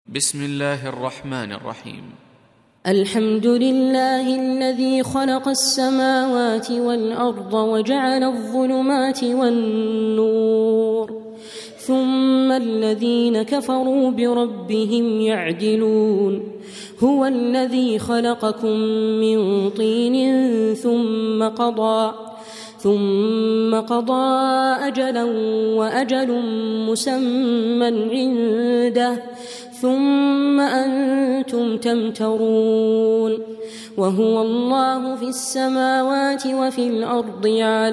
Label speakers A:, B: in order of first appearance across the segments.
A: بسم الله الرحمن الرحيم.
B: الحمد لله الذي خلق السماوات والأرض وجعل الظلمات والنور ثم الذين كفروا بربهم يعدلون. هو الذي خلقكم من طين ثم قضى أجلا وأجل مسمى عنده ثم أنتم تمترون. وهو الله في السماوات وفي الأرض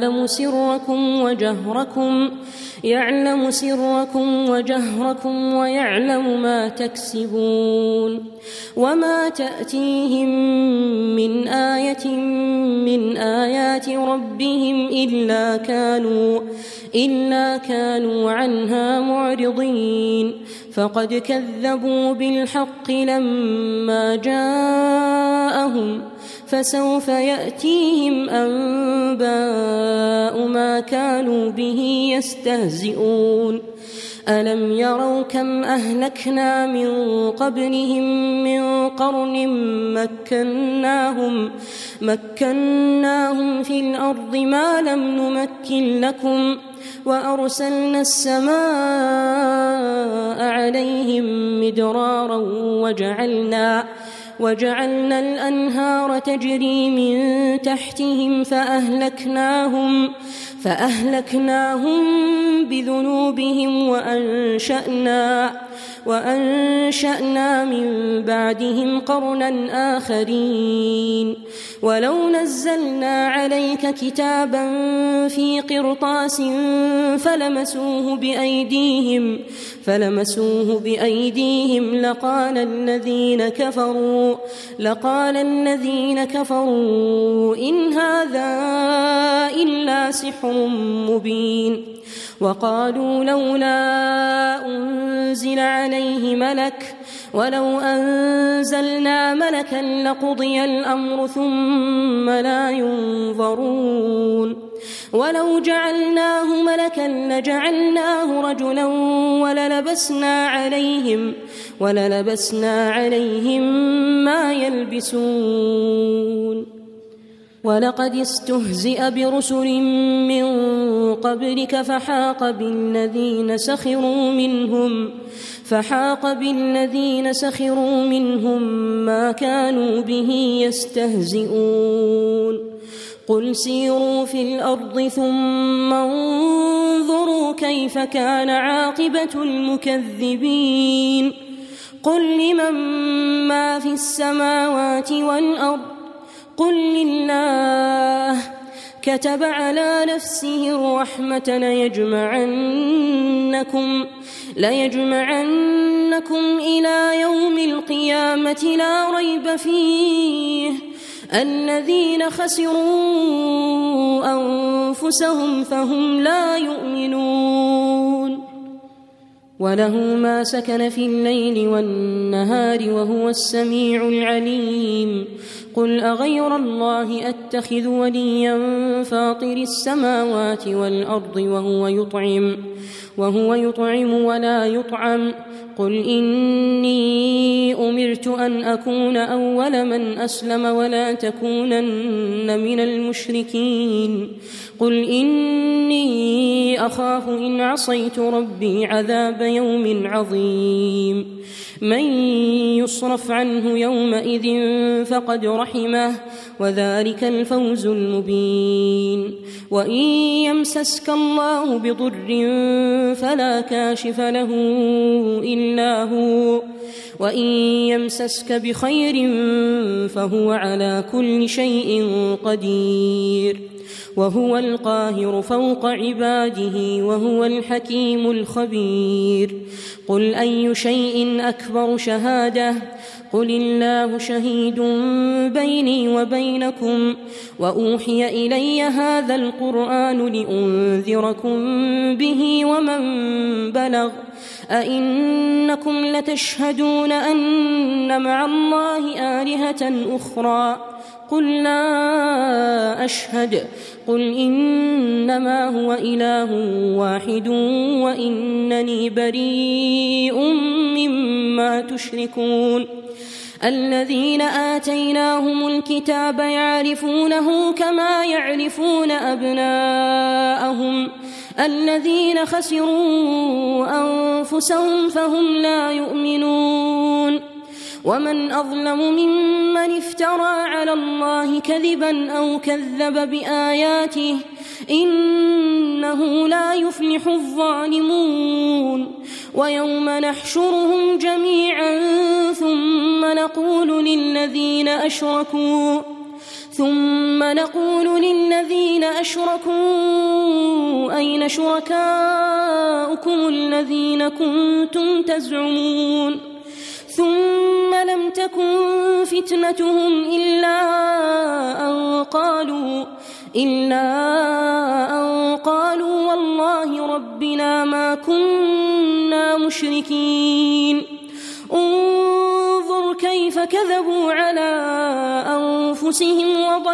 B: يعلم سركم وجهركم ويعلم ما تكسبون. وما تأتيهم من آية من آيات ربهم إلا كانوا عنها معرضين. فقد كذبوا بالحق لما جاءهم فسوف يأتيهم أنباء ما كانوا به يستهزئون. ألم يروا كم أهلكنا من قبلهم من قرن مكناهم في الأرض ما لم نمكن لكم وأرسلنا السماء عليهم مدرارا وجعلنا الأنهار تجري من تحتهم فأهلكناهم بذنوبهم وأنشأنا من بعدهم قرنا آخرين. ولو نزلنا عليك كتابا في قرطاس فلمسوه بأيديهم لقال الذين كفروا إن هذا إلا سحر مبين. وقالوا لولا أنزل عليه ملك ولو أنزلنا ملكا لقضي الأمر ثم لا ينظرون. ولو جعلناه ملكا لجعلناه رجلا وللبسنا عليهم ما يلبسون. ولقد استهزئ برسل من قبلك فحاق بالذين سخروا منهم ما كانوا به يستهزئون. قل سيروا في الأرض ثم انظروا كيف كان عاقبة المكذبين. قل لمن ما في السماوات والأرض قل لله كتب على نفسه الرحمة ليجمعنكم إلى يوم القيامة لا ريب فيه الذين خسروا أنفسهم فهم لا يؤمنون. وله ما سكن في الليل والنهار وهو السميع العليم. قل أغير الله أتخذ وليا فاطر السماوات والأرض وهو يطعم ولا يطعم. قل إني أمرت أن أكون أول من أسلم ولا تكونن من المشركين. قل إني أخاف إن عصيت ربي عذاب يوم عظيم. من يصرف عنه يومئذ فقد رحمه وذلك الفوز المبين. وإن يمسسك الله بضر فلا كاشف له إلا هو وإن يمسسك بخير فهو على كل شيء قدير. وهو القاهر فوق عباده وهو الحكيم الخبير. قل أي شيء أكبر شهادة قل الله شهيد بيني وبينكم وأوحي إلي هذا القرآن لأنذركم به ومن بلغ. أئنكم لتشهدون أن مع الله آلهة أخرى قل لا أشهد قل إنما هو إله واحد وإنني بريء مما ما تشركون الذين آتيناهم الكتاب يعرفونه كما يعرفون أبناءهم الذين خسروا أنفسهم فهم لا يؤمنون ومن أظلم ممن افترى على الله كذبا أو كذب بآياته إنه لا يفلح الظالمون ويوم نحشرهم جميعا ثم نقول للذين أشركوا أين شركاؤكم الذين كنتم تزعمون ثم لم تكن فتنتهم إلا أن قالوا والله ربنا ما كنا مشركين انظر كيف كذبوا على أنفسهم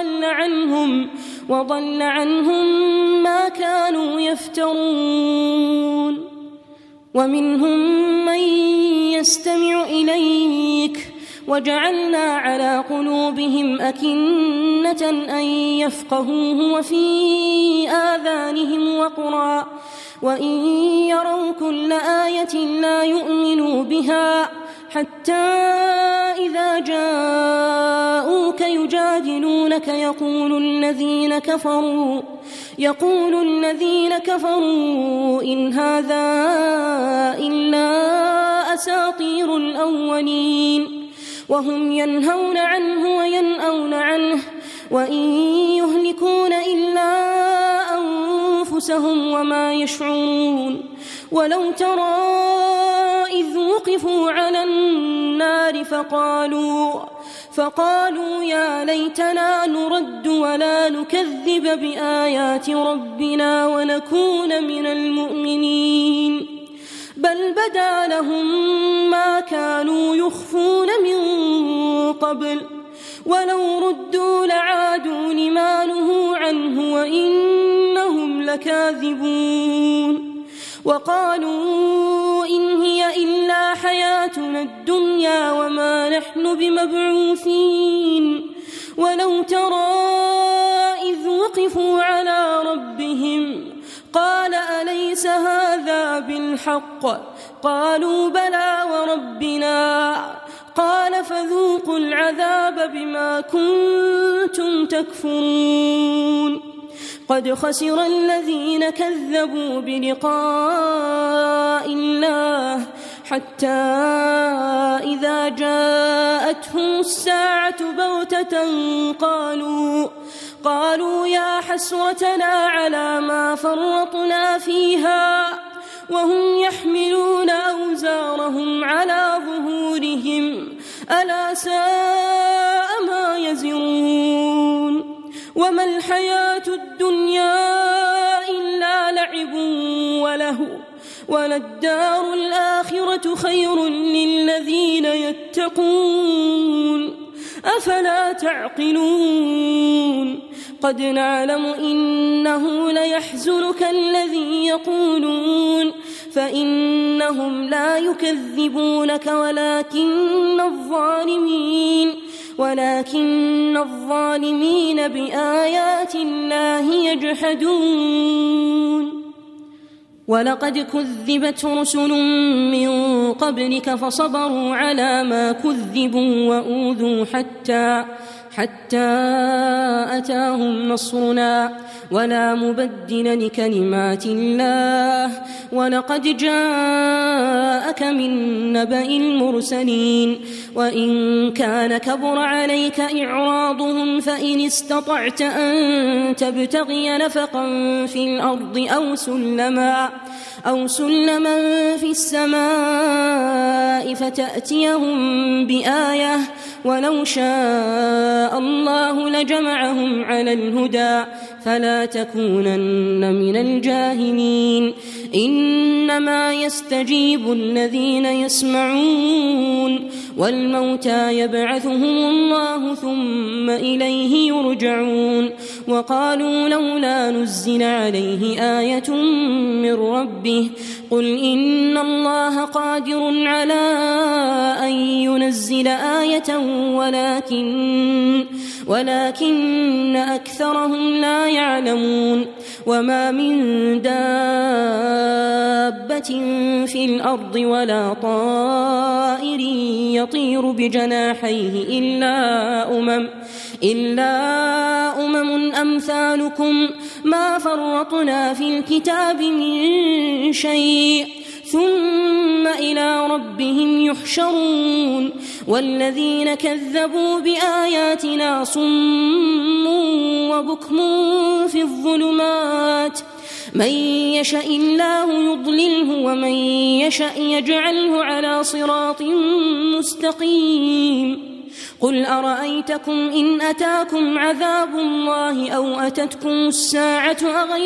B: وضل عنهم ما كانوا يفترون ومنهم من يستمع إليك وجعلنا على قلوبهم أكنة أن يفقهوه وفي آذانهم وقرا وإن يروا كل آية لا يؤمنوا بها حتى إذا جاءوك يجادلونك يقول الذين كفروا إن هذا إلا أساطير الأولين وهم ينهون عنه وينأون عنه وإن يهلكون إلا أنفسهم وما يشعرون ولو ترى إذ وقفوا على النار فقالوا يا ليتنا نرد ولا نكذب بآيات ربنا ونكون من المؤمنين بل بدا لهم ما كانوا يخفون من قبل ولو ردوا لعادوا لما نهوا عنه وإنهم لكاذبون وقالوا إن هي إلا حياتنا الدنيا وما نحن بمبعوثين ولو ترى إذ وقفوا على ربهم قال أليس هذا بالحق قالوا بلى وربنا قال فذوقوا العذاب بما كنتم تكفرون قد خسر الذين كذبوا بلقاء الله حتى إذا جاءتهم الساعة بغتة قالوا يا حسرتنا على ما فرطنا فيها وهم يحملون أوزارهم على ظهورهم ألا ساء ما يزرون وما الحياة الدنيا إلا لعب ولهو وللدار الآخرة خير للذين يتقون أفلا تعقلون قد نعلم إنه ليحزنك الذي يقولون فإنهم لا يكذبونك ولكن الظالمين بآيات الله يجحدون ولقد كذبت رسل من قبلك فصبروا على ما كذبوا وأوذوا حتى أتاهم نصرنا ولا مبدل لكلمات الله ولقد جاءك من نبأ المرسلين وإن كان كبر عليك إعراضهم فإن استطعت أن تبتغي نفقا في الأرض أو سلما في السماء فتأتيهم بآية ولو شاء الله لجمعهم على الهدى فلا تكونن من الجاهلين إنما يستجيب الذين يسمعون والموتى يبعثهم الله ثم إليه يرجعون وقالوا لولا نزل عليه آية من ربه قل إن الله قادر على لنرسل آية ولكن أكثرهم لا يعلمون وما من دابة في الأرض ولا طائر يطير بجناحيه إلا أمم أمثالكم ما فرطنا في الكتاب من شيء ثم إلى ربهم يحشرون والذين كذبوا بآياتنا صم وبكم في الظلمات من يشاء الله يضلله ومن يشاء يجعله على صراط مستقيم قل أرأيتكم إن أتاكم عذاب الله أو أتتكم الساعة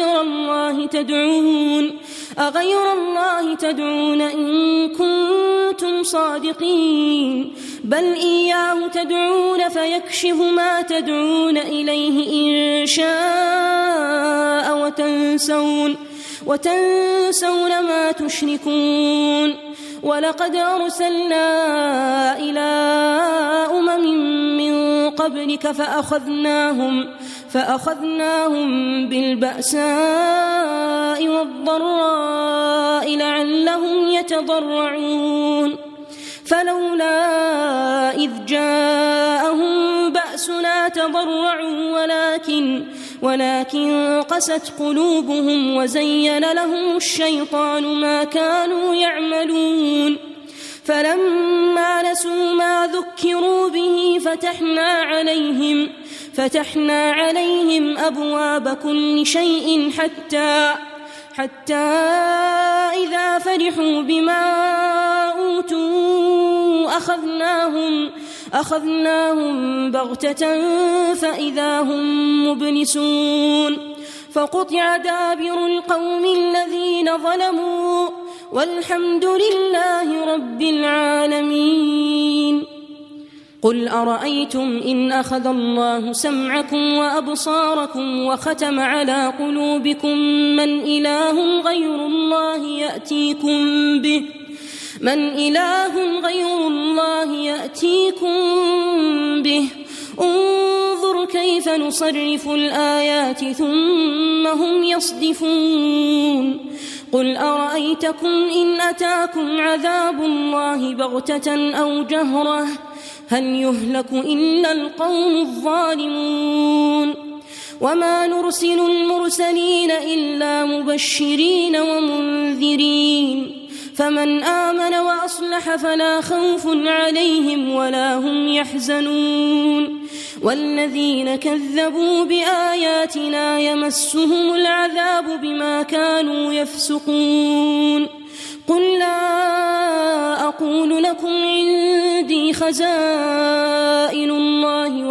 B: أغير الله تدعون إن كنتم صادقين بل إياه تدعون فيكشف ما تدعون إليه إن شاء وتنسون ما تشركون ولقد أرسلنا إلى أمم من قبلك فأخذناهم بالبأساء والضراء لعلهم يتضرعون فلولا إذ جاءهم بأسنا تضرعوا ولكن قست قلوبهم وزين لهم الشيطان ما كانوا يعملون فلما نسوا ما ذكروا به فتحنا عليهم أبواب كل شيء حتى إذا فرحوا بما أوتوا أخذناهم بغتة فإذا هم مبلسون فقطع دابر القوم الذين ظلموا والحمد لله رب العالمين قل أرأيتم إن أخذ الله سمعكم وأبصاركم وختم على قلوبكم من إله غير الله يأتيكم به انظر كيف نصرف الآيات ثم هم يصدفون قل أرأيتكم إن أتاكم عذاب الله بغتة أو جهرة هل يهلك إلا القوم الظالمون وما نرسل المرسلين إلا مبشرين ومنذرين فمن آمن وأصلح فلا خوف عليهم ولا هم يحزنون والذين كذبوا بآياتنا يمسهم العذاب بما كانوا يفسقون قل لا أقول لكم عندي خزائن الله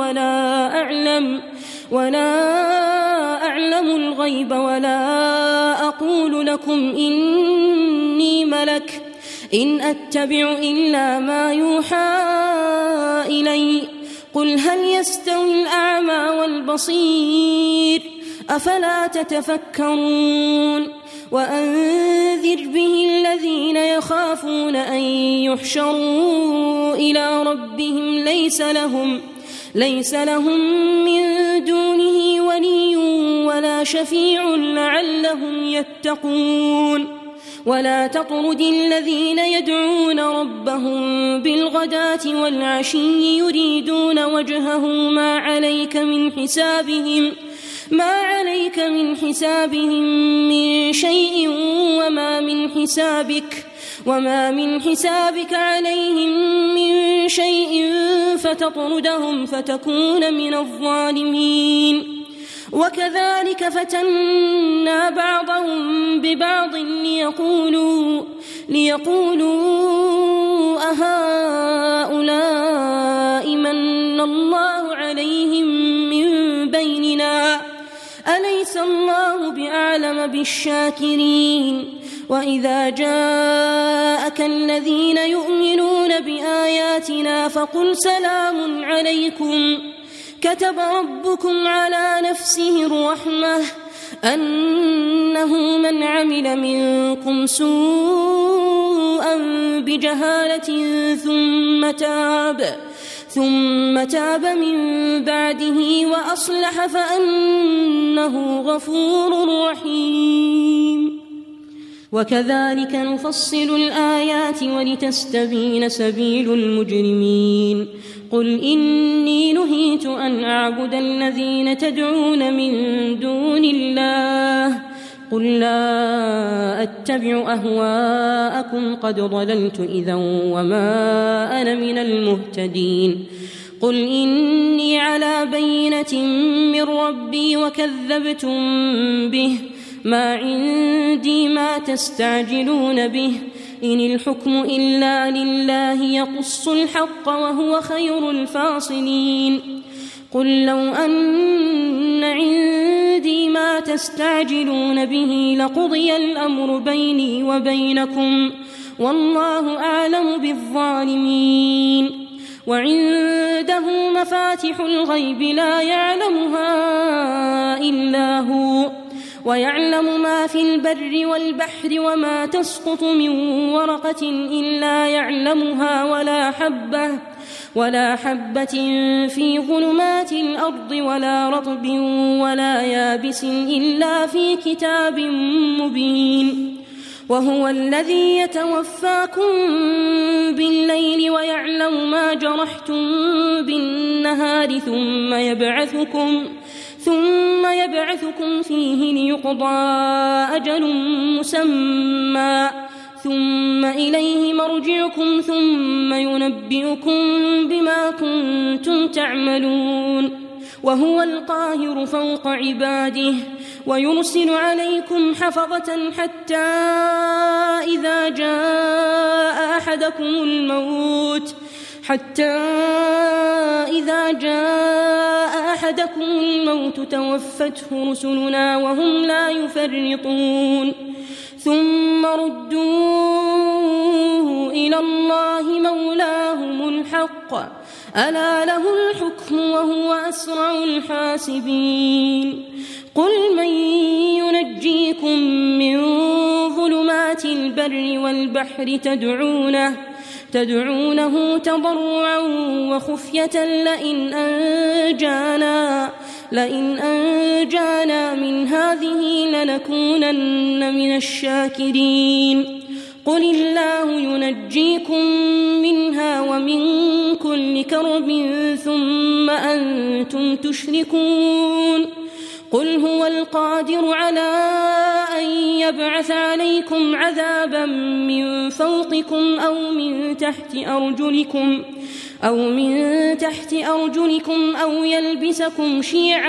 B: ولا أعلم الغيب ولا أقول لكم إني ملك إن أتبع إلا ما يوحى إلي قل هل يستوي الأعمى والبصير أفلا تتفكرون وأنذر به الذين يخافون أن يحشروا إلى ربهم ليس لهم من دونه ولي ولا شفيع لعلهم يتقون ولا تطرد الذين يدعون ربهم بالغداة والعشي يريدون وجهه ما عليك من حسابهم من شيء وما من حسابك عليهم من شيء فتطردهم فتكون من الظالمين وكذلك فتنا بعضهم ببعض ليقولوا أهؤلاء من الله عليهم من بيننا أليس الله بأعلم بالشاكرين وإذا جاءك الذين يؤمنون بآياتنا فقل سلام عليكم كتب ربكم على نفسه الرحمة أنه من عمل منكم سوءا بجهالة ثم تاب من بعده وأصلح فأنه غفور رحيم. وكذلك نفصل الآيات ولتستبين سبيل المجرمين. قل إني نهيت أن أعبد الذين تدعون من دون الله قل لا أتبع أهواءكم قد ضللت إذا وما أنا من المهتدين. قل إني على بينة من ربي وكذبتم به ما عندي ما تستعجلون به إن الحكم إلا لله يقص الحق وهو خير الفاصلين. قل لو أن عندي ما تستعجلون به لقضي الأمر بيني وبينكم والله أعلم بالظالمين. وعنده مفاتح الغيب لا يعلمها إلا هو ويعلم ما في البر والبحر وما تسقط من ورقة إلا يعلمها ولا حبة في ظلمات الأرض ولا رطب ولا يابس إلا في كتاب مبين. وهو الذي يتوفاكم بالليل ويعلم ما جرحتم بالنهار ثم يبعثكم فيه ليقضى أجل مسمى ثم إليه مرجعكم ثم ينبئكم بما كنتم تعملون. وهو القاهر فوق عباده ويرسل عليكم حفظة حتى إذا جاء أحدكم الموت توفته رسلنا وهم لا يفرطون. ثم ردوه إلى الله مولاهم الحق ألا له الحكم وهو أسرع الحاسبين. قل من ينجيكم من ظلمات البر والبحر تدعونه تضرعا وخفية لئن أنجانا من هذه لنكونن من الشاكرين. قل الله ينجيكم منها ومن كل كرب ثم أنتم تشركون. قل هو القادر على أن يبعث عليكم عذابا من فوقكم أو من تحت أرجلكم أو يلبسكم شيعا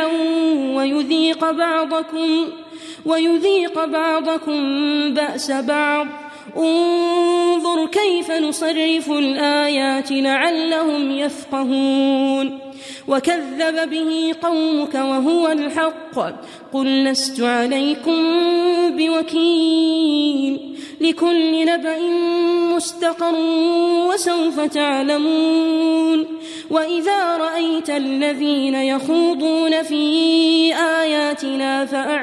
B: ويذيق بعضكم بأس بعض. انظر كيف نصرف الآيات لعلهم يفقهون. وكذب به قومك وهو الحق قل لست عليكم بوكيل لكل نبأ مستقر وسوف تعلمون. وإذا رأيت الذين يخوضون في آياتنا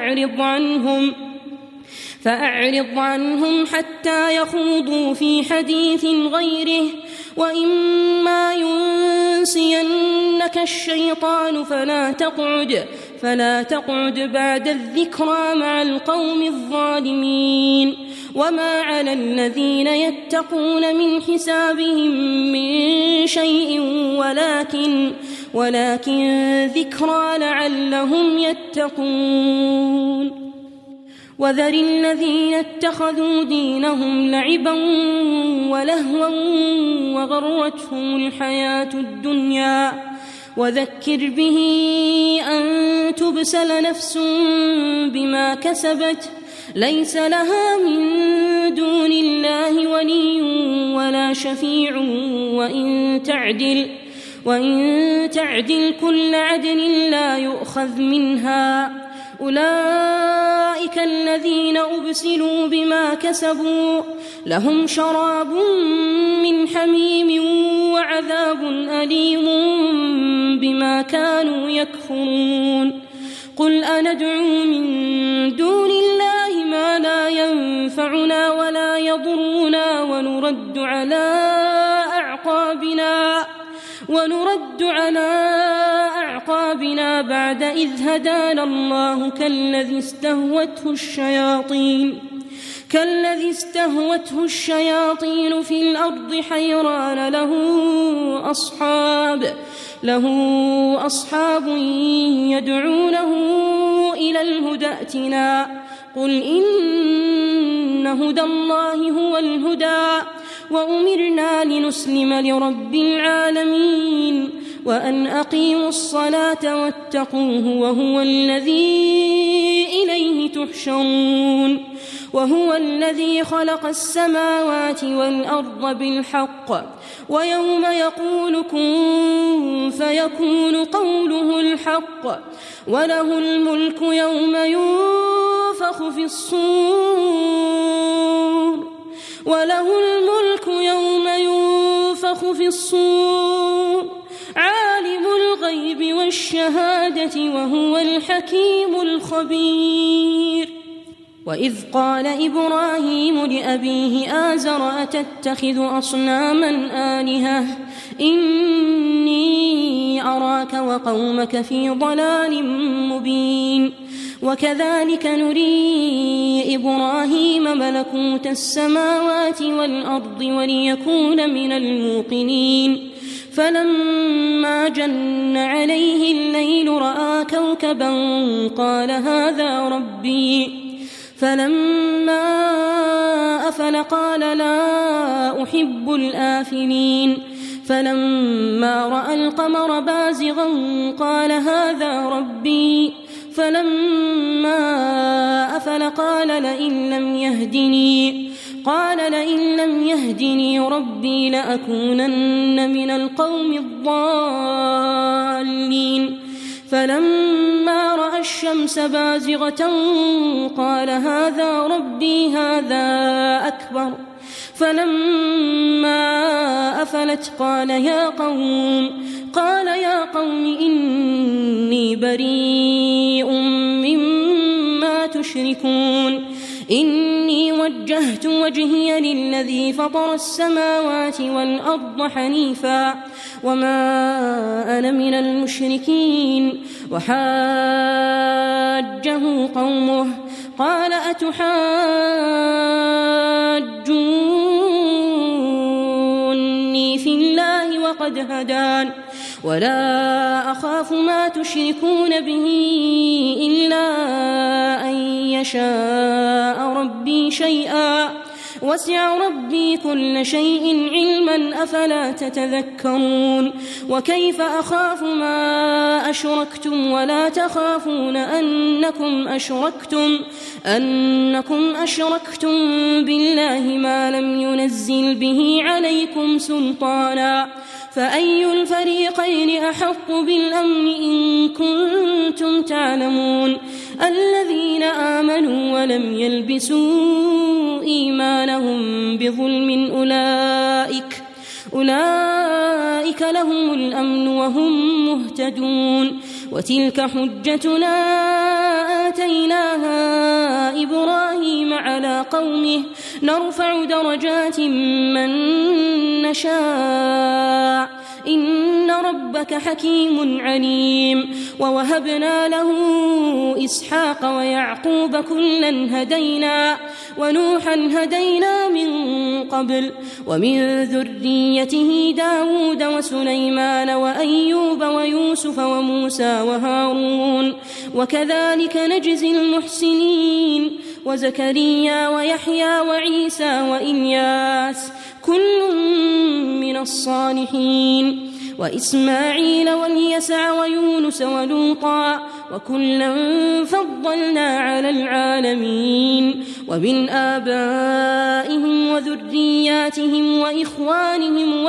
B: فأعرض عنهم حتى يخوضوا في حديث غيره وإما ينسينك الشيطان فلا تقعد بعد الذكرى مع القوم الظالمين. وما على الذين يتقون من حسابهم من شيء ولكن ذكرى لعلهم يتقون. وذر الذين اتخذوا دينهم لعبا ولهوا وغرتهم الحياة الدنيا وذكر به أن تبسل نفس بما كسبت ليس لها من دون الله ولي ولا شفيع وإن تعدل كل عدل لا يؤخذ منها. أولئك الذين أبسلوا بما كسبوا لهم شراب من حميم وعذاب أليم بما كانوا يكفرون. قل أندعو من دون الله ما لا ينفعنا ولا يضرنا ونرد على أعقابنا بعد إذ هدانا الله كالذي استهوته الشياطين في الأرض حيران له أصحاب يدعونه إلى الهدى ائتنا قل إن هدى الله هو الهدى وأمرنا لنسلم لرب العالمين وأن أقيموا الصلاة واتقوه وهو الذي إليه تحشرون وهو الذي خلق السماوات والأرض بالحق ويوم يقول كن فيكون قوله الحق وله الملك يوم ينفخ في الصور عالم الغيب والشهادة وهو الحكيم الخبير وإذ قال إبراهيم لأبيه آزر أتتخذ أصناما آلهة إني أراك وقومك في ضلال مبين وكذلك نري إبراهيم ملكوت السماوات والأرض وليكون من الموقنين فلما جن عليه الليل رأى كوكبا قال هذا ربي فلما أفل قال لا أحب الآفلين فلما رأى القمر بازغا قال هذا ربي فلما أفل قال لئن لم يهدني ربي لأكونن من القوم الضالين فلما رأى الشمس بازغة قال هذا ربي هذا أكبر فلما أفلت قال يا قوم إني بريء مما تشركون إني وجهت وجهي للذي فطر السماوات والأرض حنيفا وما أنا من المشركين وحاجه قومه قال أتحاجوني في الله وقد هدان ولا أخاف ما تشركون به إلا أن يشاء ربي شيئا وسع ربي كل شيء علما أفلا تتذكرون وكيف أخاف ما أشركتم ولا تخافون أنكم أشركتم بالله ما لم ينزل به عليكم سلطانا فأي الفريقين أحق بالأمن إن كنتم تعلمون الذين آمنوا ولم يلبسوا إيمانهم بظلم أولئك لهم الأمن وهم مهتدون وتلك حجتنا آتيناها إبراهيم على قومه نرفع درجات من نشاء إن ربك حكيم عليم ووهبنا له إسحاق ويعقوب كلا هدينا ونوحا هدينا من قبل ومن ذريته داود وسليمان وأيوب ويوسف وموسى وهارون وكذلك نجزي المحسنين وزكريا ويحيى وعيسى وإلياس كل من الصالحين وإسماعيل واليسع ويونس ولوطا وكلا فضلنا على العالمين وبالآباء آبائهم وذرياتهم وإخوانهم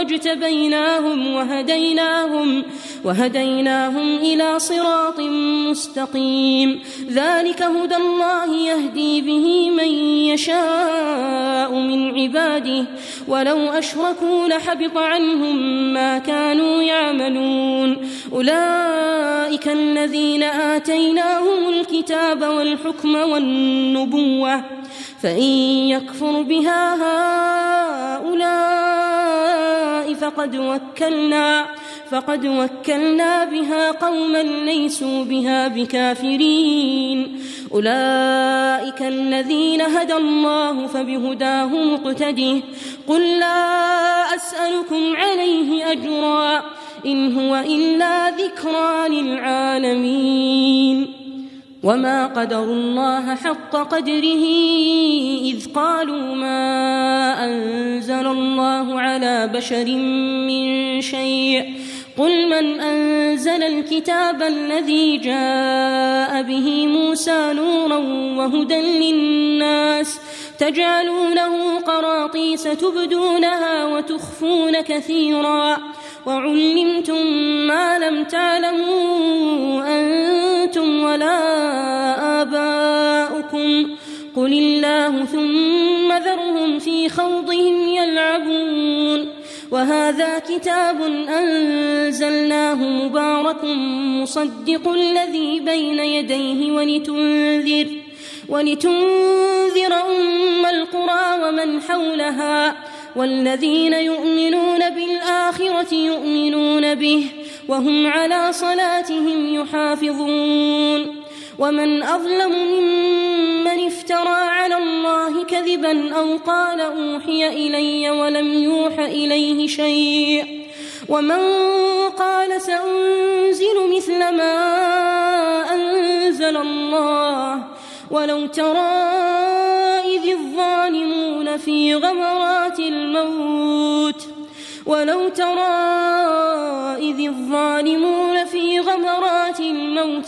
B: وهديناهم إلى صراط مستقيم. ذلك هدى الله يهدي به من يشاء من عباده ولو أشركوا لحبط عنهم ما كانوا يعملون. أولئك الذين آتيناهم الكتاب والحكم والنبوة فإن يكفر بها هؤلاء فقد وكلنا بها قوما ليسوا بها بكافرين. أولئك الذين هدى الله فبهداه مقتده. قل لا أسألكم عليه أجرا إن هو إلا ذكرى للعالمين. وما قدروا الله حق قدره إذ قالوا ما أنزل الله على بشر من شيء. قل من أنزل الكتاب الذي جاء به موسى نورا وهدى للناس تجعلونه قراطيس تبدونها وتخفون كثيرا وعلمتم ما لم تعلموا أنتم ولا آباؤكم قل الله ثم ذرهم في خوضهم يلعبون. وهذا كتاب أنزلناه مبارك مصدق الذي بين يديه ولتنذر أم القرى ومن حولها والذين يؤمنون بالآخرة يؤمنون به وهم على صلاتهم يحافظون. ومن أظلم ممن افترى على الله كذبا أو قال أوحي إلي ولم يوح إليه شيء ومن قال سأنزل مثل ما أنزل الله. ولو ترى إذ الظالمون في غمرات الموت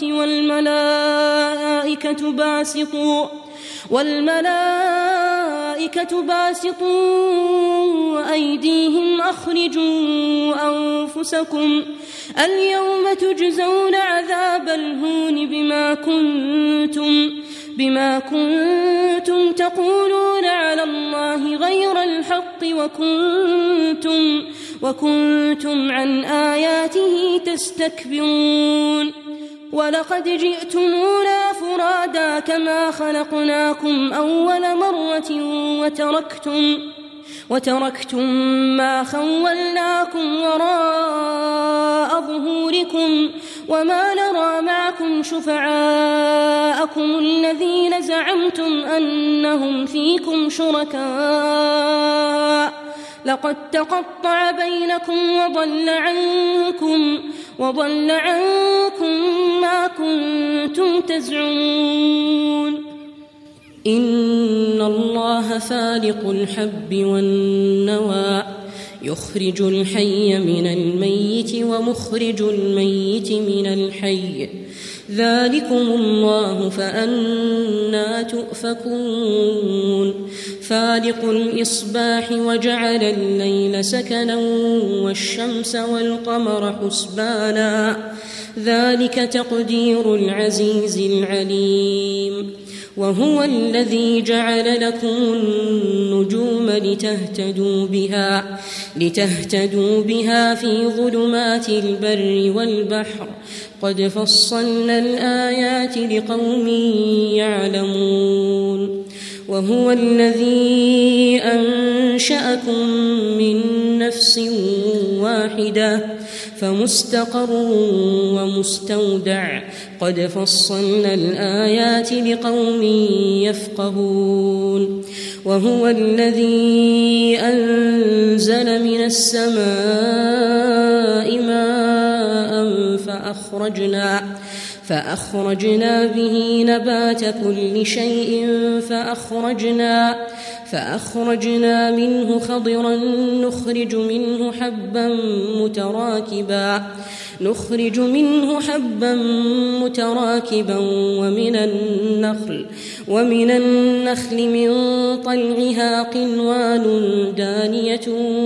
B: والملائكة باسطوا أيديهم أخرجوا أنفسكم اليوم تجزون عذاب الهون بما كنتم تقولون على الله غير الحق وكنتم عن آياته تستكبرون. ولقد جئتمونا فرادا كما خلقناكم أول مرة وتركتم ما خولناكم وراء ظهوركم وما نرى معكم شفعاءكم الذين زعمتم أنهم فيكم شركاء لقد تقطع بينكم وضل عنكم ما كنتم تزعمون. إن الله فالق الحب والنوى يخرج الحي من الميت ومخرج الميت من الحي ذلكم الله فأنى تؤفكون. فالق الإصباح وجعل الليل سكنا والشمس والقمر حسبانا ذلك تقدير العزيز العليم. وهو الذي جعل لكم النجوم لتهتدوا بها في ظلمات البر والبحر قد فصلنا الآيات لقوم يعلمون. وهو الذي أنشأكم من نفس واحدة فمستقر ومستودع قد فصلنا الآيات لقوم يفقهون. وهو الذي أنزل من السماء ماء فأخرجنا به نبات كل شيء فأخرجنا منه خضرا نخرج منه حبا متراكبا ومن النخل من طلعها قنوان دانية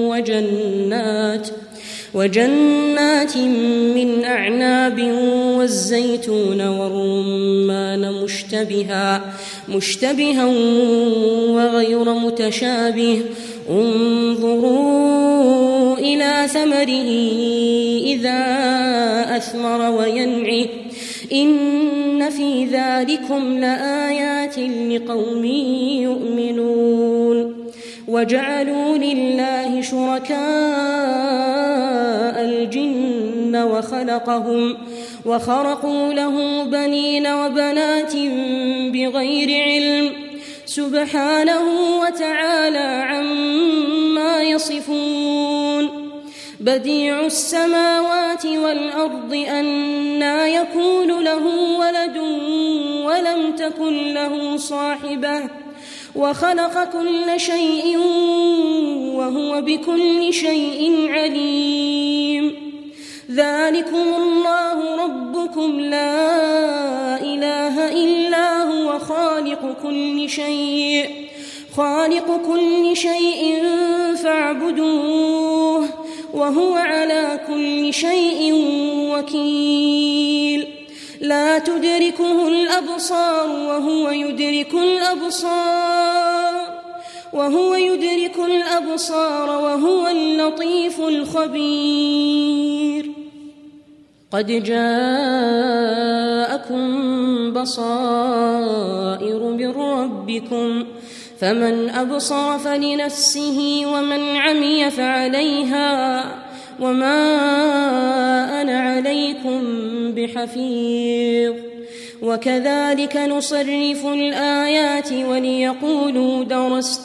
B: وجنات من أعناب والزيتون والرمان مشتبها وغير متشابه انظروا إلى ثمره إذا أثمر وينعه إن في ذلكم لآيات لقوم يؤمنون وجعلوا لله شركاء الجن وخرقوا له بنين وبنات بغير علم سبحانه وتعالى عما يصفون بديع السماوات والأرض أنى يكون له ولد ولم تكن له صاحبة وخلق كل شيء وهو بكل شيء عليم ذلكم الله ربكم لا إله إلا هو خالق كل شيء فاعبدوه وهو على كل شيء وكيل لا تدركه الأبصار وهو يدرك الأبصار وهو اللطيف الخبير قد جاءكم بصائر من ربكم فمن أبصر فلنفسه ومن عمي فعليها وما أنا عليكم بحفيظ وكذلك نصرف الآيات وليقولوا درست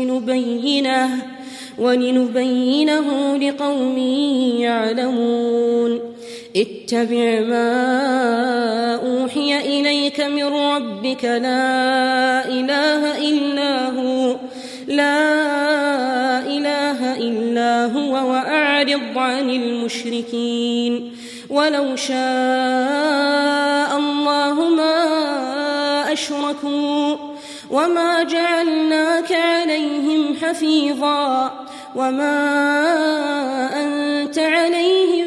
B: ولنبينه لقوم يعلمون اتبع ما أوحي إليك من ربك لا إله إلا هو وأعرض عن المشركين ولو شاء الله ما أشركوا وما جعلناك عليهم حفيظا وما أنت عليهم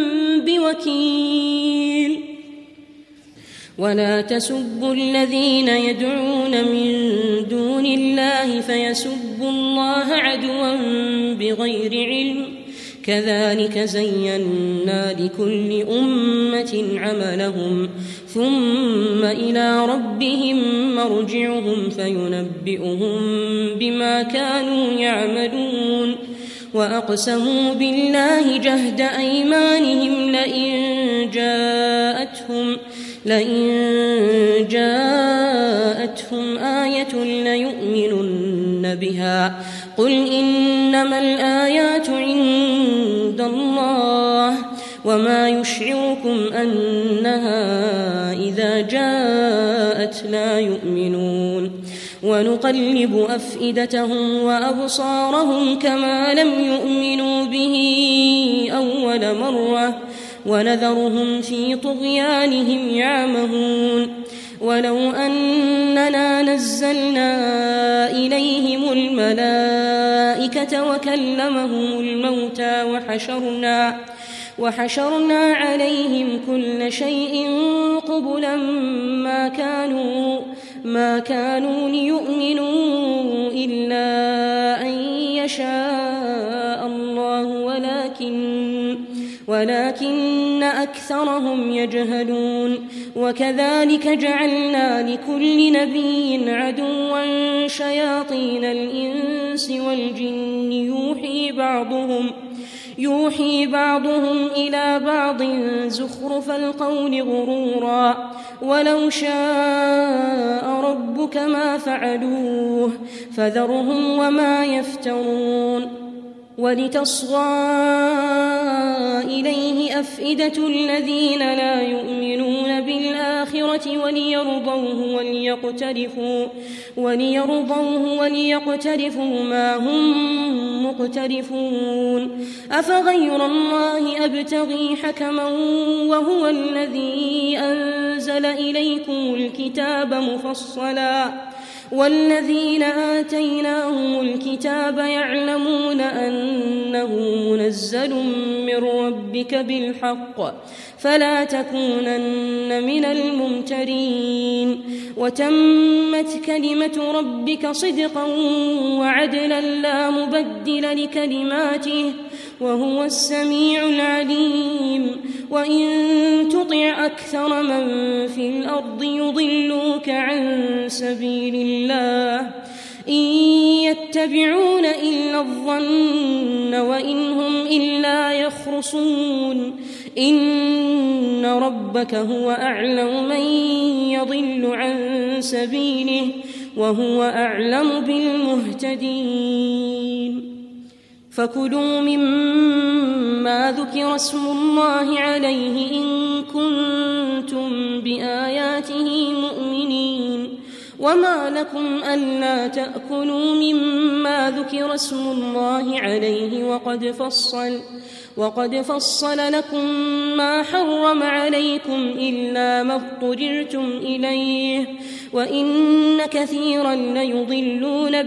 B: بوكيل ولا تسبوا الذين يدعون من دون الله فيسبوا الله عدوا بغير علم كذلك زينا لكل أمة عملهم ثم إلى ربهم مرجعهم فينبئهم بما كانوا يعملون وأقسموا بالله جهد أيمانهم لئن جاءتهم آية ليؤمنن بها قل إنما الآيات عند الله وما يشعركم أنها إذا جاءت لا يؤمنون ونقلب أفئدتهم وأبصارهم كما لم يؤمنوا به أول مرة ونذرهم في طغيانهم يعمهون ولو أننا نزلنا إليهم الملائكة وكلمهم الموتى وحشرنا عليهم كل شيء قبلا ما كانوا ليؤمنوا إلا أن يشاء الله ولكن أكثرهم يجهلون وكذلك جعلنا لكل نبي عدوا شياطين الإنس والجن يوحي بعضهم إلى بعض زخرف القول غرورا ولو شاء ربك ما فعلوه فذرهم وما يفترون ولتصغى إليه أفئدة الذين لا يؤمنون بالآخرة وليرضوه وليقترفوا ما هم مقترفون. أفغير الله أبتغي حكما وهو الذي أنزل إليكم الكتاب مفصلا والذين آتيناهم الكتاب يعلمون أنه منزل من ربك بالحق فلا تكونن من الممترين. وتمت كلمة ربك صدقا وعدلا لا مبدل لكلماته وهو السميع العليم. وإن تطع أكثر من في الأرض يضلوك عن سبيل الله إن يتبعون إلا الظن وإن هم إلا يخرصون. إن ربك هو أعلم من يضل عن سبيله وهو أعلم بالمهتدين. فكلوا مما ذكر اسم الله عليه إن كنتم بآياته مؤمنين. وما لكم ألا تأكلوا مما ذكر اسم الله عليه وقد فصل لكم ما حرم عليكم إلا ما اضطررتم إليه وإن كثيرا ليضلون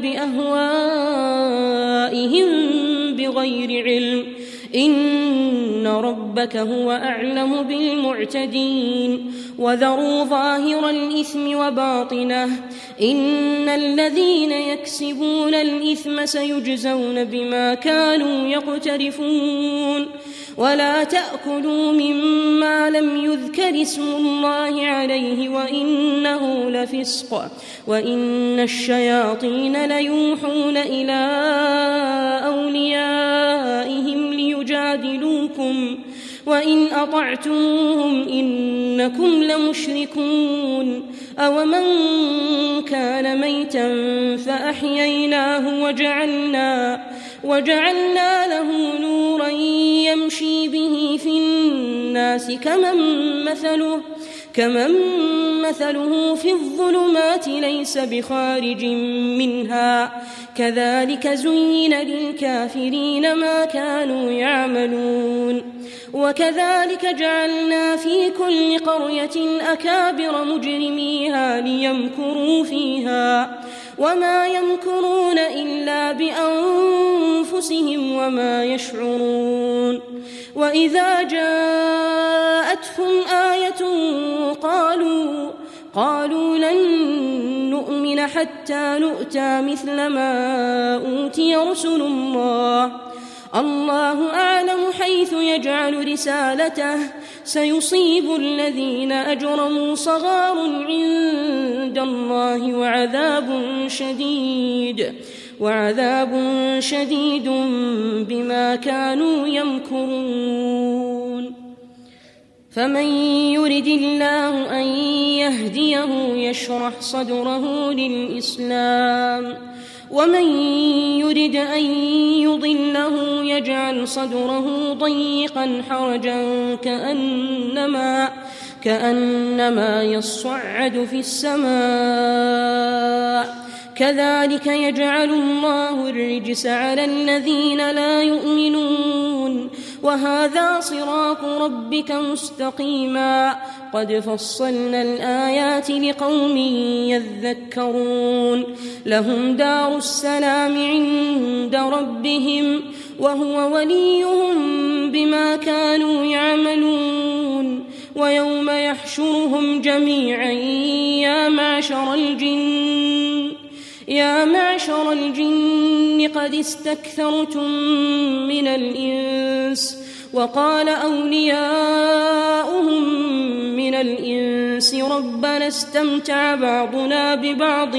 B: بأهوائهم بغير علم. إن ربك هو أعلم بالمعتدين. وذروا ظاهر الإثم وباطنه إن الذين يكسبون الإثم سيجزون بما كانوا يقترفون. ولا تأكلوا مما لم يذكر اسم الله عليه وإنه لفسق وإن الشياطين ليوحون إلى أوليائهم ليجادلوكم وإن أطعتموهم إنكم لمشركون. أومن كان ميتا فأحييناه وجعلنا له نورا يمشي به في الناس كمن مثله في الظلمات ليس بخارج منها كذلك زين للكافرين ما كانوا يعملون. وكذلك جعلنا في كل قرية أكابر مجرميها ليمكروا فيها وما يمكرون إلا بأنفسهم وما يشعرون. وإذا جاءتهم آية قالوا لن نؤمن حتى نؤتى مثل ما أوتي رسل الله أعلم حيث يجعل رسالته سيصيب الذين أجرموا صغار عند الله وعذاب شديد بما كانوا يمكرون. فمن يرد الله أن يهديه يشرح صدره للإسلام ومن يرد أن يضله يجعل صدره ضيقا حرجا كأنما يصعد في السماء كذلك يجعل الله الرجس على الذين لا يؤمنون. وهذا صراط ربك مستقيما قد فصلنا الآيات لقوم يذكرون. لهم دار السلام عند ربهم وهو وليهم بما كانوا يعملون. ويوم يحشرهم جميعا يا معشر الجن قد استكثرتم من الإنس وقال أولياؤهم من الإنس ربنا استمتع بعضنا ببعض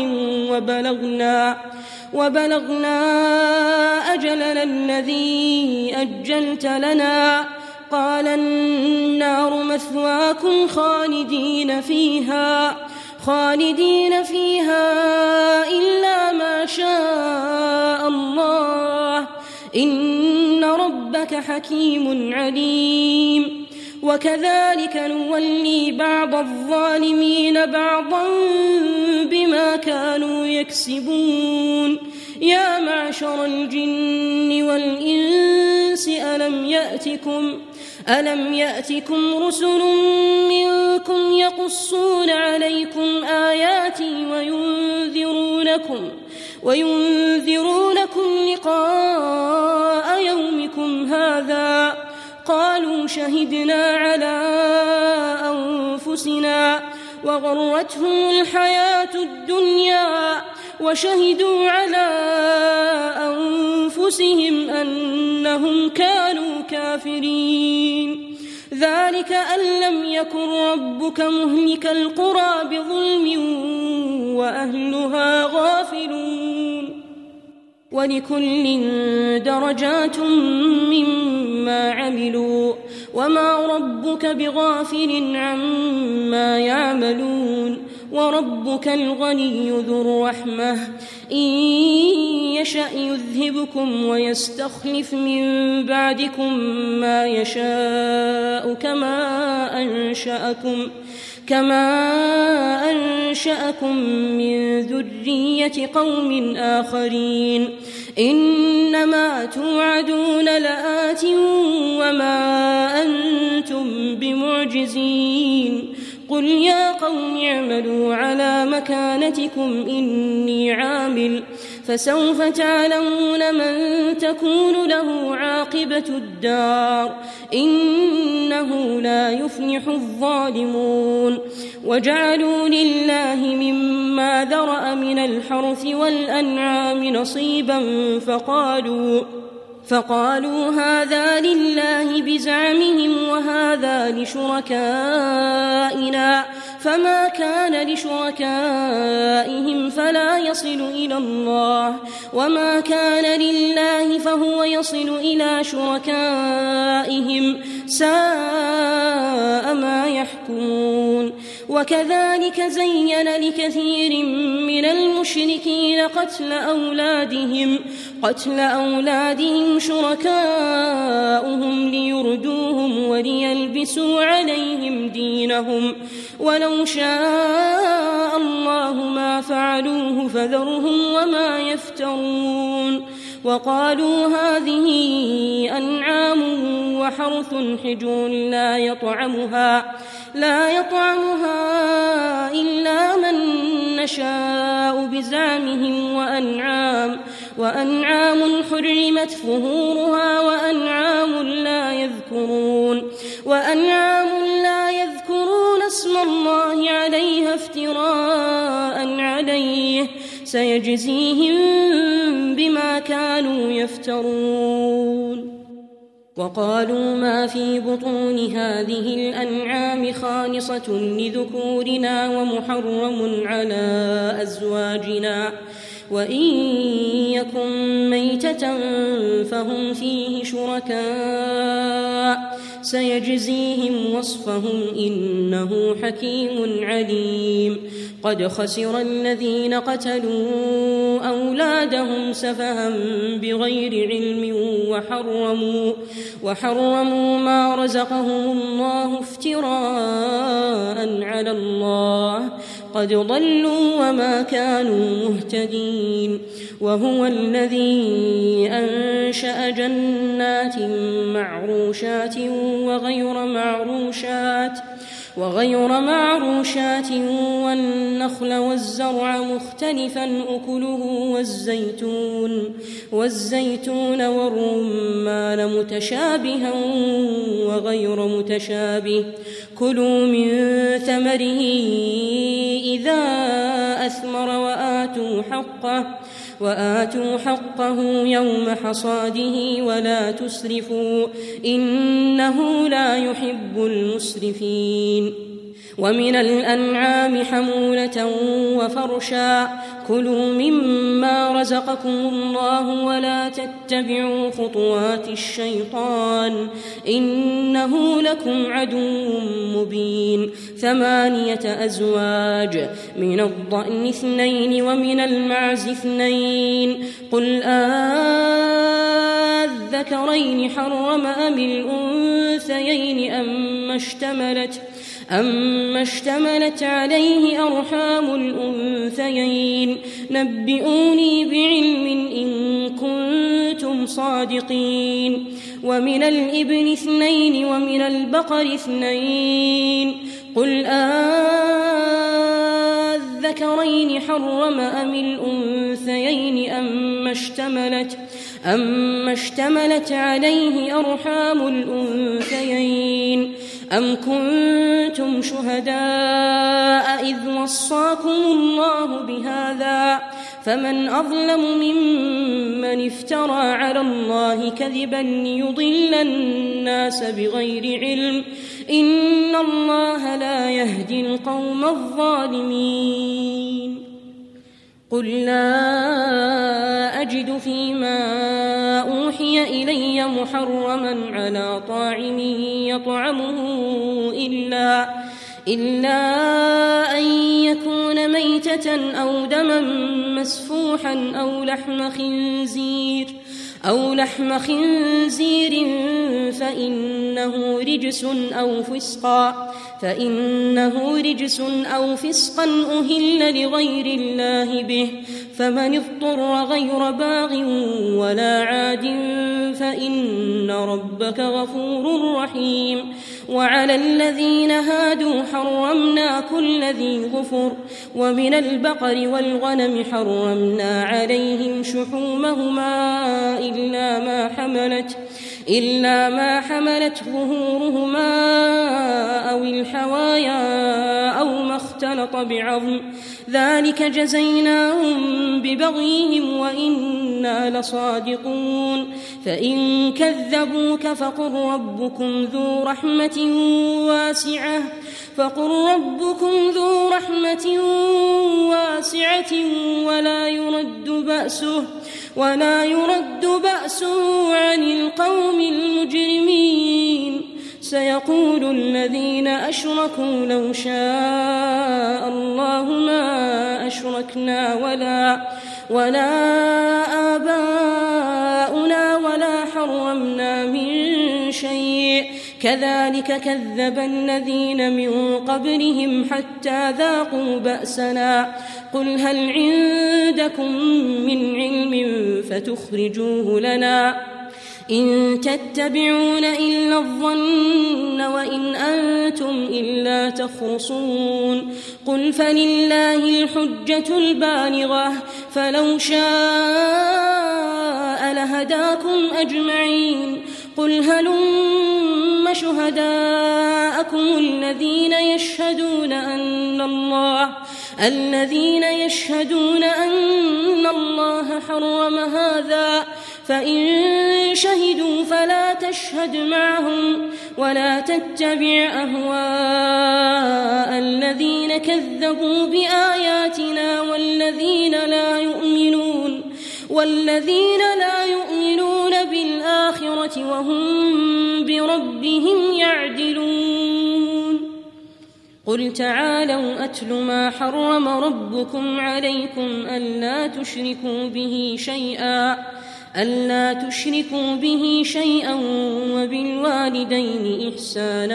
B: وبلغنا أجلنا الذي أجلت لنا قال النار مثواكم خالدين فيها إلا ما شاء الله إن ربك حكيم عليم. وكذلك نولي بعض الظالمين بعضا بما كانوا يكسبون يا معشر الجن والإنس ألم يأتكم رسل منكم يقصون عليكم آياتي وينذرونكم لقاء يومكم هذا قالوا شهدنا على أنفسنا وغرتهم الحياة الدنيا وشهدوا على أنفسهم أنهم كانوا كافرين ذلك أن لم يكن ربك مهلك القرى بظلم وأهلها غافلون ولكل درجات مما عملوا وما ربك بغافل عما يعملون وربك الغني ذو الرحمة إن يشأ يذهبكم ويستخلف من بعدكم ما يشاء كما أنشأكم من ذرية قوم آخرين إنما توعدون لآت وما أنتم بمعجزين قل يا قوم اعملوا على مكانتكم إني عامل فسوف تعلمون من تكون له عاقبة الدار إنه لا يفلح الظالمون وجعلوا لله مما ذرأ من الحرث والأنعام نصيبا فقالوا هذا لله بزعمهم وهذا لشركائنا فما كان لشركائهم فلا يصل إلى الله وما كان لله فهو يصل إلى شركائهم ساء ما يحكمون وكذلك زين لكثير من المشركين قتل أولادهم شركاؤهم ليردوهم وليلبسوا عليهم دينهم ولو شاء الله ما فعلوه فذرهم وما يفترون وقالوا هذه أنعام وحرث حجر لا يطعمها إلا من نشاء بزعمهم وأنعام حرمت ظهورها وأنعام لا يذكرون اسم الله عليها افتراء عليه سيجزيهم بما كانوا يفترون وقالوا ما في بطون هذه الأنعام خالصة لذكورنا ومحرم على أزواجنا وإن يكن ميتة فهم فيه شركاء سيجزيهم وصفهم إنه حكيم عليم قد خسر الذين قتلوا أولادهم سفها بغير علم وحرموا ما رزقهم الله افتراء على الله قد ضلوا وما كانوا مهتدين وهو الذي أنشأ جنات معروشات وغير معروشات والنخل والزرع مختلفا أكله والزيتون والرمان متشابها وغير متشابه كلوا من ثمره إذا أثمر وآتوا حقه يوم حصاده ولا تسرفوا إنه لا يحب المسرفين ومن الأنعام حمولة وفرشا كلوا مما رزقكم الله ولا تتبعوا خطوات الشيطان إنه لكم عدو مبين 8 أزواج من الضأن 2 ومن المعز 2 قل الذكرين حرم أم الأنثيين أم أما اشتملت عليه أرحام الأنثيين نبئوني بعلم إن كنتم صادقين ومن الإبل 2 ومن البقر 2 قل الذكرين حرم أم الأنثيين أما اشتملت عليه أرحام الأنثيين أم كنتم شهداء إذ وصاكم الله بهذا فمن أظلم ممن افترى على الله كذبا ليضل الناس بغير علم إن الله لا يهدي القوم الظالمين قل لا أجد فيما أوحي إلي محرما على طاعم يطعمه إلا أن يكون ميتة أو دما مسفوحا أو لحم خنزير فإنه رجس أو فسقا أهل لغير الله به فمن اضطر غير باغ ولا عاد فإن ربك غفور رحيم وعلى الذين هادوا حرمنا كل ذي ظفر ومن البقر والغنم حرمنا عليهم شحومهما إلا ما حملت ظهورهما أو الحوايا أو ما اختلط بعظم ذلك جزيناهم ببغيهم وإنا لصادقون فإن كذبوك فقل ربكم ذو رحمة واسعة ولا يرد بأسه عن القوم المجرمين سيقول الذين أشركوا لو شاء الله ما أشركنا ولا آباؤنا ولا حرمنا من شيء كذلك كذب الذين من قبلهم حتى ذاقوا بأسنا قل هل عندكم من علم فتخرجوه لنا إن تتبعون إلا الظن وإن أنتم إلا تخرصون قل فلله الحجة البالغة فلو شاء لهداكم أجمعين قل هلم شهداءكم الذين يشهدون أن الله حرم هذا فإن شهدوا فلا تشهد معهم ولا تتبع أهواء الذين كذبوا بآياتنا والذين لا يؤمنون بالآخرة وهم بربهم يعدلون قل تعالوا أتل ما حرم ربكم عليكم ألا تشركوا به شيئا وبالوالدين إحسانا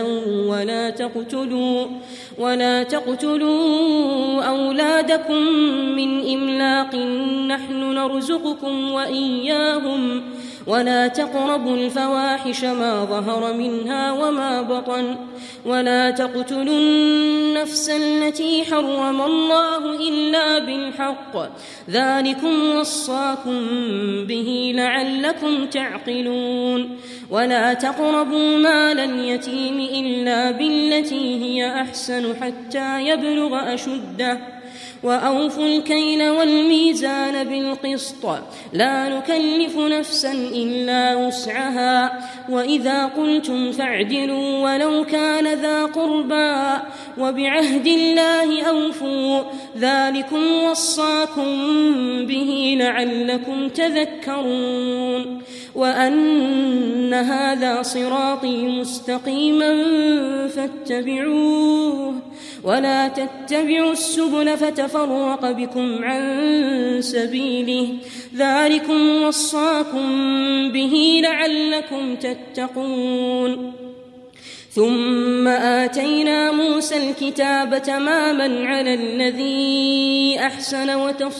B: ولا تقتلوا أولادكم من إملاق نحن نرزقكم وإياهم ولا تقربوا الفواحش ما ظهر منها وما بطن ولا تقتلوا النفس التي حرم الله إلا بالحق ذلكم وصاكم به لعلكم تعقلون ولا تقربوا مال اليتيم إلا بالتي هي أحسن حتى يبلغ أشده وأوفوا الكيل والميزان بالقسط لا نكلف نفسا إلا وسعها وإذا قلتم فاعدلوا ولو كان ذا قربى وبعهد الله أوفوا ذلكم وصاكم به لعلكم تذكرون وأن هذا صراطي مستقيما فاتبعوه ولا تتبعوا السبل فتفرق بكم عن سبيله ذلكم وصاكم به لعلكم تتقون ثم آتينا موسى الكتاب تماما على الذي أحسن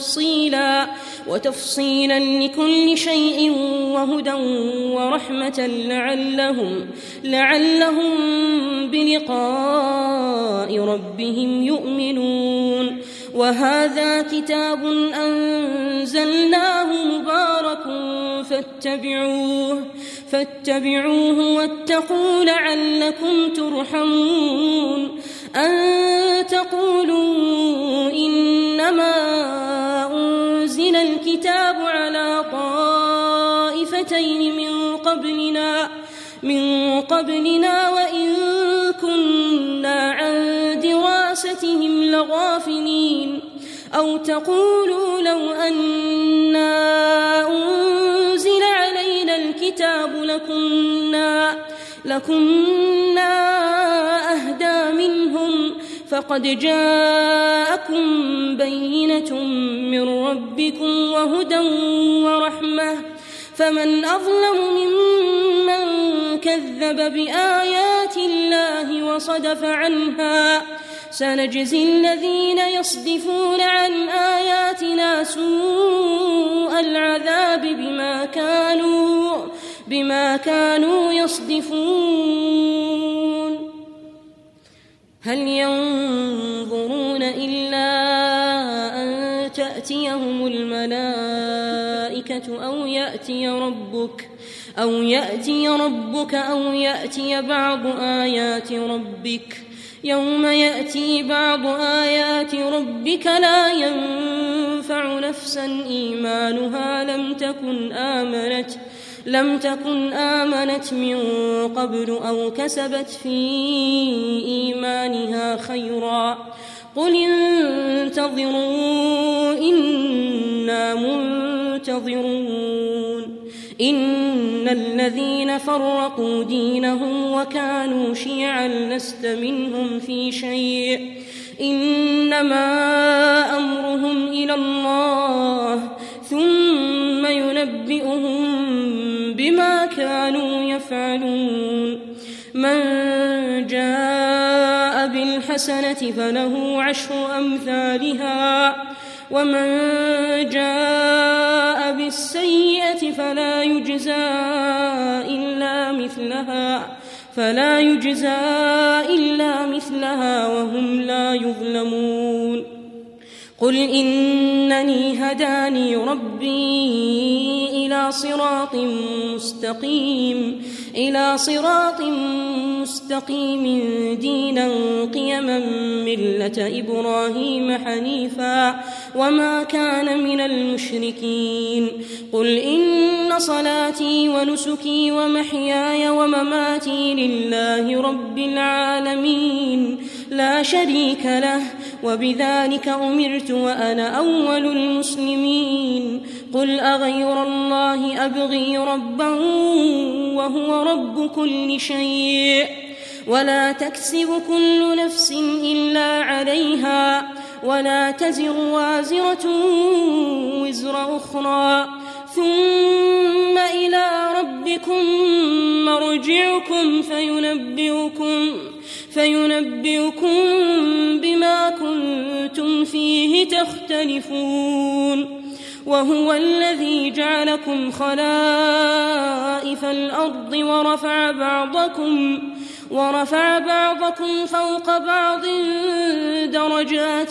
B: وتفصيلا لكل شيء وهدى ورحمة لعلهم بلقاء ربهم يؤمنون. وهذا كتاب أنزلناه مبارك فاتبعوه واتقوا لعلكم ترحمون. أن تقولوا إنما أنزل الكتاب على طائفتين من قبلنا وإن كنا عن دراستهم لغافلين. أو تقولوا لو أنا أنزل علينا الكتاب لكنا أهدى منهم. فقد جاءكم بينة من ربكم وهدى ورحمة فمن أظلم ممن كذب بآيات الله وصدف عنها. سنجزي الذين يصدفون عن آياتنا سوء العذاب بما كانوا يصدفون. هل ينظرون إلا أن تأتيهم الملائكة أو يأتي ربك أو يأتي بعض آيات ربك. يوم يأتي بعض آيات ربك لا ينفع نفسا إيمانها لم تكن آمنت من قبل أو كسبت في إيمانها خيرا. قل انتظروا إنا منتظرون. إن الذين فرقوا دينهم وكانوا شيعا لست منهم في شيء إنما أمرهم إلى الله ثم ينبئهم بما كانوا يفعلون. من جاء بالحسنة فله 10 أمثالها ومن جاء بالسيئة فلا يجزى إلا مثلها وهم لا يظلمون. قل إنني هداني ربي إلى صراط مستقيم دينا قيما ملة إبراهيم حنيفا وما كان من المشركين. قل إن صلاتي ونسكي ومحياي ومماتي لله رب العالمين لا شريك له وبذلك أمرت وأنا أول المسلمين. قل أغير الله أبغي ربا وهو رب كل شيء ولا تكسب كل نفس إلا عليها ولا تزر وازرة وزر أخرى ثم إلى ربكم مرجعكم فينبئكم بما كنتم فيه تختلفون. وهو الذي جعلكم خلائف الأرض ورفع بعضكم فوق بعض درجات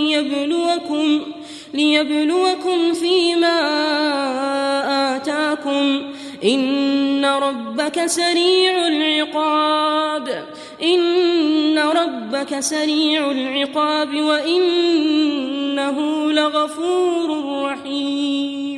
B: ليبلوكم فيما آتاكم. إن ربك سريع العقاب وإنه لغفور رحيم.